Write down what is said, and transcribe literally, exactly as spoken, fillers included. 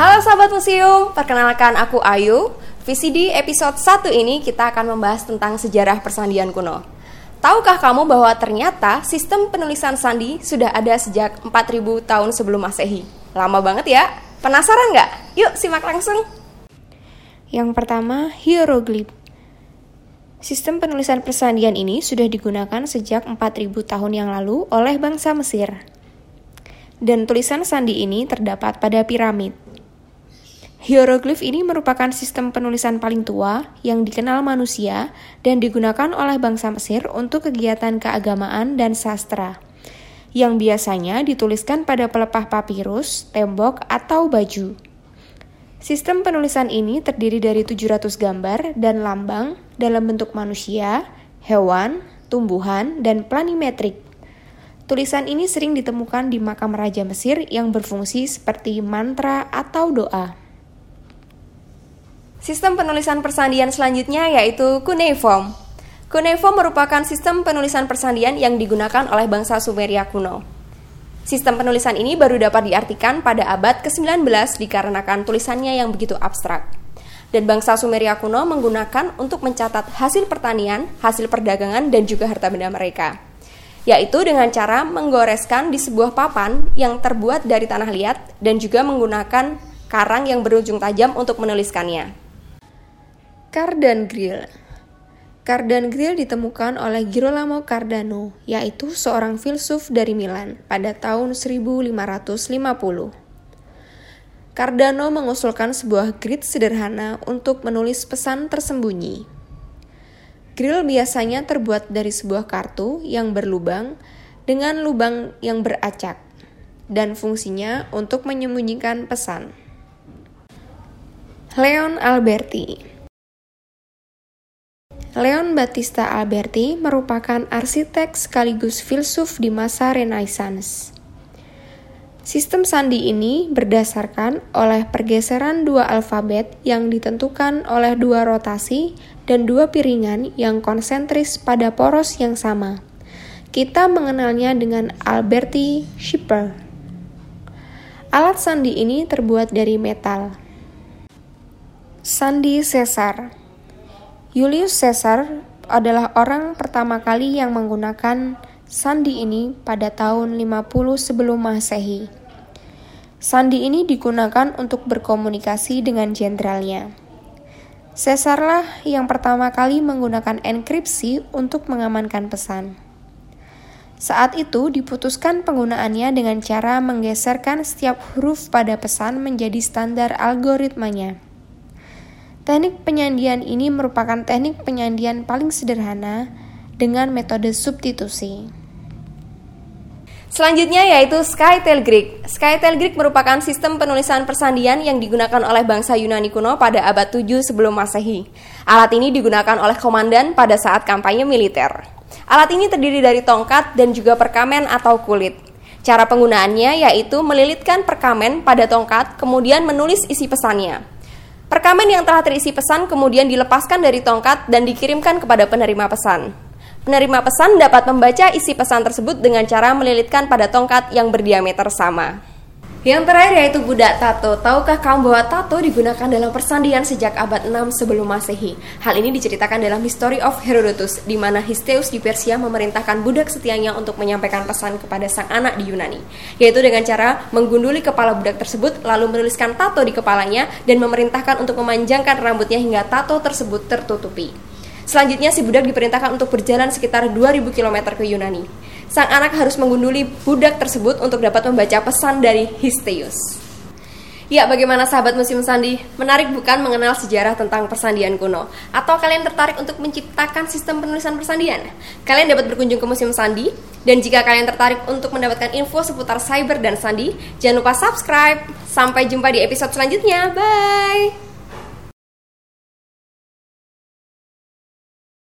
Halo sahabat museum, perkenalkan aku Ayu. V C D episode satu ini kita akan membahas tentang sejarah persandian kuno. Tahukah kamu bahwa ternyata sistem penulisan sandi sudah ada sejak empat ribu tahun sebelum Masehi? Lama banget ya? Penasaran nggak? Yuk simak langsung. Yang pertama, hieroglif. Sistem penulisan persandian ini sudah digunakan sejak empat ribu tahun yang lalu oleh bangsa Mesir. Dan tulisan sandi ini terdapat pada piramid. Hieroglif ini merupakan sistem penulisan paling tua yang dikenal manusia dan digunakan oleh bangsa Mesir untuk kegiatan keagamaan dan sastra, yang biasanya dituliskan pada pelepah papirus, tembok, atau baju. Sistem penulisan ini terdiri dari tujuh ratus gambar dan lambang dalam bentuk manusia, hewan, tumbuhan, dan planimetrik. Tulisan ini sering ditemukan di makam Raja Mesir yang berfungsi seperti mantra atau doa. Sistem penulisan persandian selanjutnya yaitu cuneiform. Cuneiform merupakan sistem penulisan persandian yang digunakan oleh bangsa Sumeria kuno. Sistem penulisan ini baru dapat diartikan pada abad kesembilan belas dikarenakan tulisannya yang begitu abstrak. Dan bangsa Sumeria kuno menggunakan untuk mencatat hasil pertanian, hasil perdagangan, dan juga harta benda mereka. Yaitu dengan cara menggoreskan di sebuah papan yang terbuat dari tanah liat dan juga menggunakan karang yang berujung tajam untuk menuliskannya. Cardan Grill. Cardan Grill ditemukan oleh Girolamo Cardano, yaitu seorang filsuf dari Milan pada tahun seribu lima ratus lima puluh. Cardano mengusulkan sebuah grid sederhana untuk menulis pesan tersembunyi. Grill biasanya terbuat dari sebuah kartu yang berlubang dengan lubang yang beracak, dan fungsinya untuk menyembunyikan pesan. Leon Alberti. Leon Battista Alberti merupakan arsitek sekaligus filsuf di masa Renaissance. Sistem sandi ini berdasarkan oleh pergeseran dua alfabet yang ditentukan oleh dua rotasi dan dua piringan yang konsentris pada poros yang sama. Kita mengenalnya dengan Alberti Shipper. Alat sandi ini terbuat dari metal. Sandi Caesar. Julius Caesar adalah orang pertama kali yang menggunakan sandi ini pada tahun lima puluh sebelum Masehi. Sandi ini digunakan untuk berkomunikasi dengan jenderalnya. Caesarlah yang pertama kali menggunakan enkripsi untuk mengamankan pesan. Saat itu diputuskan penggunaannya dengan cara menggeserkan setiap huruf pada pesan menjadi standar algoritmanya. Teknik penyandian ini merupakan teknik penyandian paling sederhana dengan metode substitusi. Selanjutnya yaitu Skytale Greek. Skytale Greek merupakan sistem penulisan persandian yang digunakan oleh bangsa Yunani kuno pada abad tujuh sebelum Masehi. Alat ini digunakan oleh komandan pada saat kampanye militer. Alat ini terdiri dari tongkat dan juga perkamen atau kulit. Cara penggunaannya yaitu melilitkan perkamen pada tongkat kemudian menulis isi pesannya. Perkamen yang telah terisi pesan kemudian dilepaskan dari tongkat dan dikirimkan kepada penerima pesan. Penerima pesan dapat membaca isi pesan tersebut dengan cara melilitkan pada tongkat yang berdiameter sama. Yang terakhir yaitu budak tato. Tahukah kamu bahwa tato digunakan dalam persandian sejak abad enam sebelum Masehi? Hal ini diceritakan dalam History of Herodotus, di mana Histeus di Persia memerintahkan budak setianya untuk menyampaikan pesan kepada sang anak di Yunani, yaitu dengan cara menggunduli kepala budak tersebut, lalu menuliskan tato di kepalanya, dan memerintahkan untuk memanjangkan rambutnya hingga tato tersebut tertutupi. Selanjutnya si budak diperintahkan untuk berjalan sekitar dua ribu kilometer ke Yunani. Sang anak harus menggunduli budak tersebut untuk dapat membaca pesan dari Histeus. Ya, bagaimana sahabat Museum Sandi? Menarik bukan mengenal sejarah tentang persandian kuno? Atau kalian tertarik untuk menciptakan sistem penulisan persandian? Kalian dapat berkunjung ke Museum Sandi. Dan jika kalian tertarik untuk mendapatkan info seputar cyber dan sandi, jangan lupa subscribe. Sampai jumpa di episode selanjutnya. Bye!